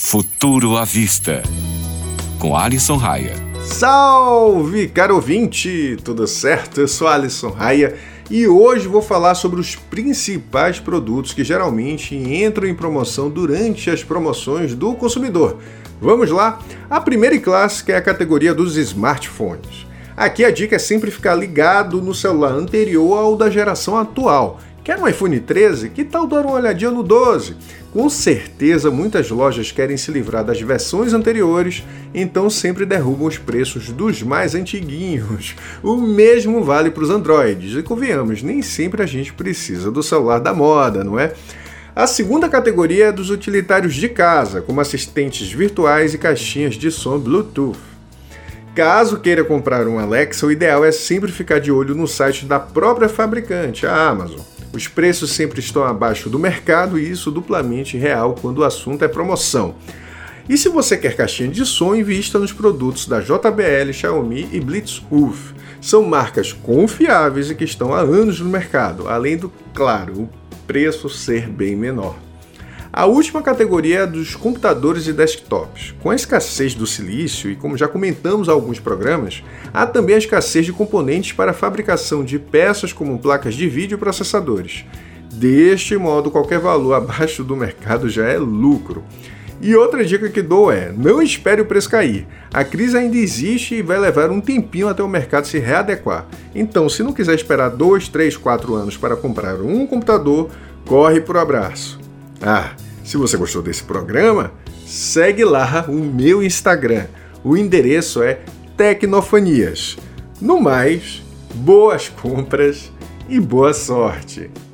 Futuro à Vista, com Alisson Raia. Salve, caro ouvinte! Tudo certo? Eu sou Alisson Raia e hoje vou falar sobre os principais produtos que geralmente entram em promoção durante as promoções do consumidor. Vamos lá? A primeira e clássica é a categoria dos smartphones. Aqui a dica é sempre ficar ligado no celular anterior ao da geração atual. Quer um iPhone 13? Que tal dar uma olhadinha no 12? Com certeza muitas lojas querem se livrar das versões anteriores, então sempre derrubam os preços dos mais antiguinhos. O mesmo vale para os Androids, e convenhamos, nem sempre a gente precisa do celular da moda, não é? A segunda categoria é dos utilitários de casa, como assistentes virtuais e caixinhas de som Bluetooth. Caso queira comprar um Alexa, o ideal é sempre ficar de olho no site da própria fabricante, a Amazon. Os preços sempre estão abaixo do mercado e isso duplamente real quando o assunto é promoção. E se você quer caixinha de som, invista nos produtos da JBL, Xiaomi e Bluetooth. São marcas confiáveis e que estão há anos no mercado, além do, claro, o preço ser bem menor. A última categoria é dos computadores e desktops. Com a escassez do silício e como já comentamos em alguns programas, há também a escassez de componentes para a fabricação de peças como placas de vídeo e processadores. Deste modo, qualquer valor abaixo do mercado já é lucro. E outra dica que dou é, não espere o preço cair. A crise ainda existe e vai levar um tempinho até o mercado se readequar. Então, se não quiser esperar 2, 3, 4 anos para comprar um computador, corre pro abraço. Se você gostou desse programa, segue lá o meu Instagram. O endereço é Tecnofanias. No mais, boas compras e boa sorte!